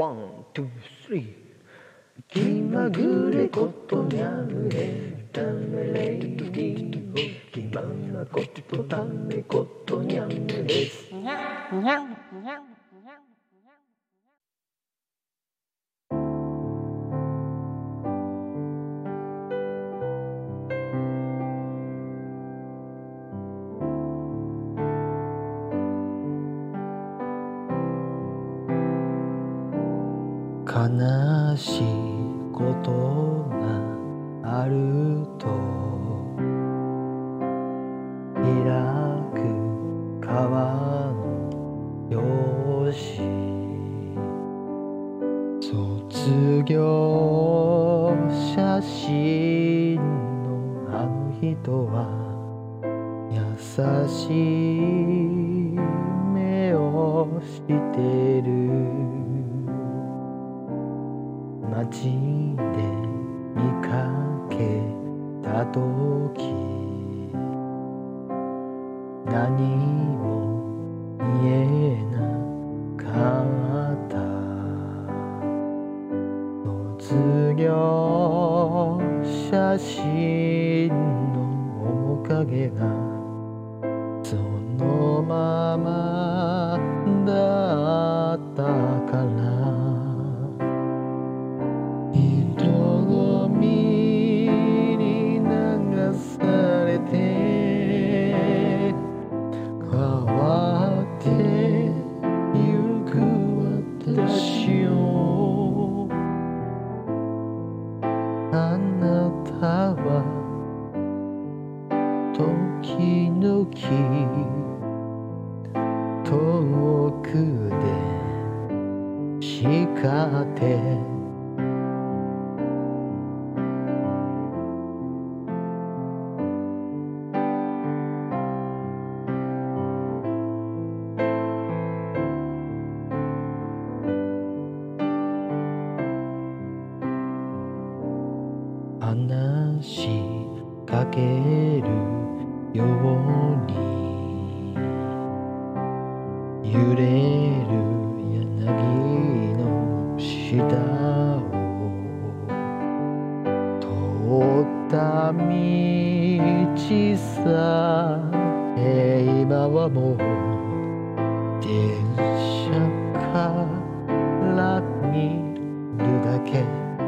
ワン、ツー、スリー。気まぐれことにゃるエンタメレイディオ。気まなことためことにゃんです。にゃんにゃんにゃんにゃん。悲しいことがあると開く川のよし、卒業写真のあの人は優しい目をしてる。街で見かけたとき何も見えなかった。卒業写真の面影がそのままだったからあなたは時々遠くで叱って話しかけるように揺れる柳の下を通った道さえ今はもう電車から見るだけ。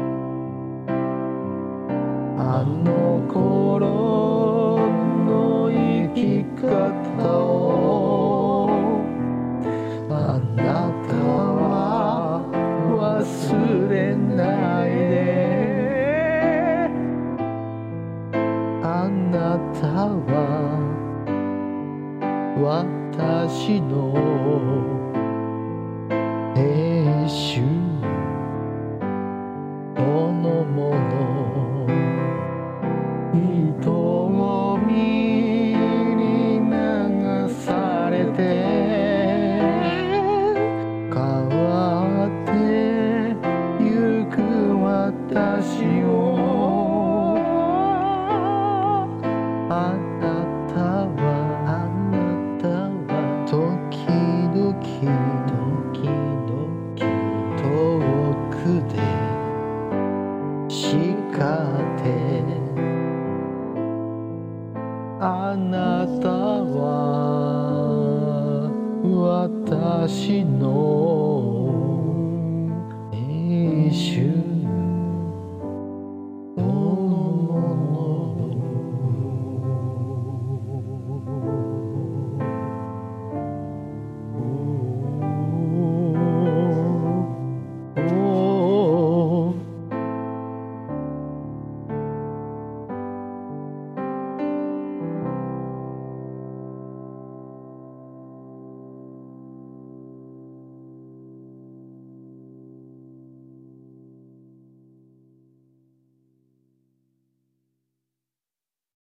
あの頃の生き方をあなたは忘れないで。あなたは私の永遠そのもの。瞳に流されて変わってゆく私をあなたは時々遠くで叱ってあなたは私の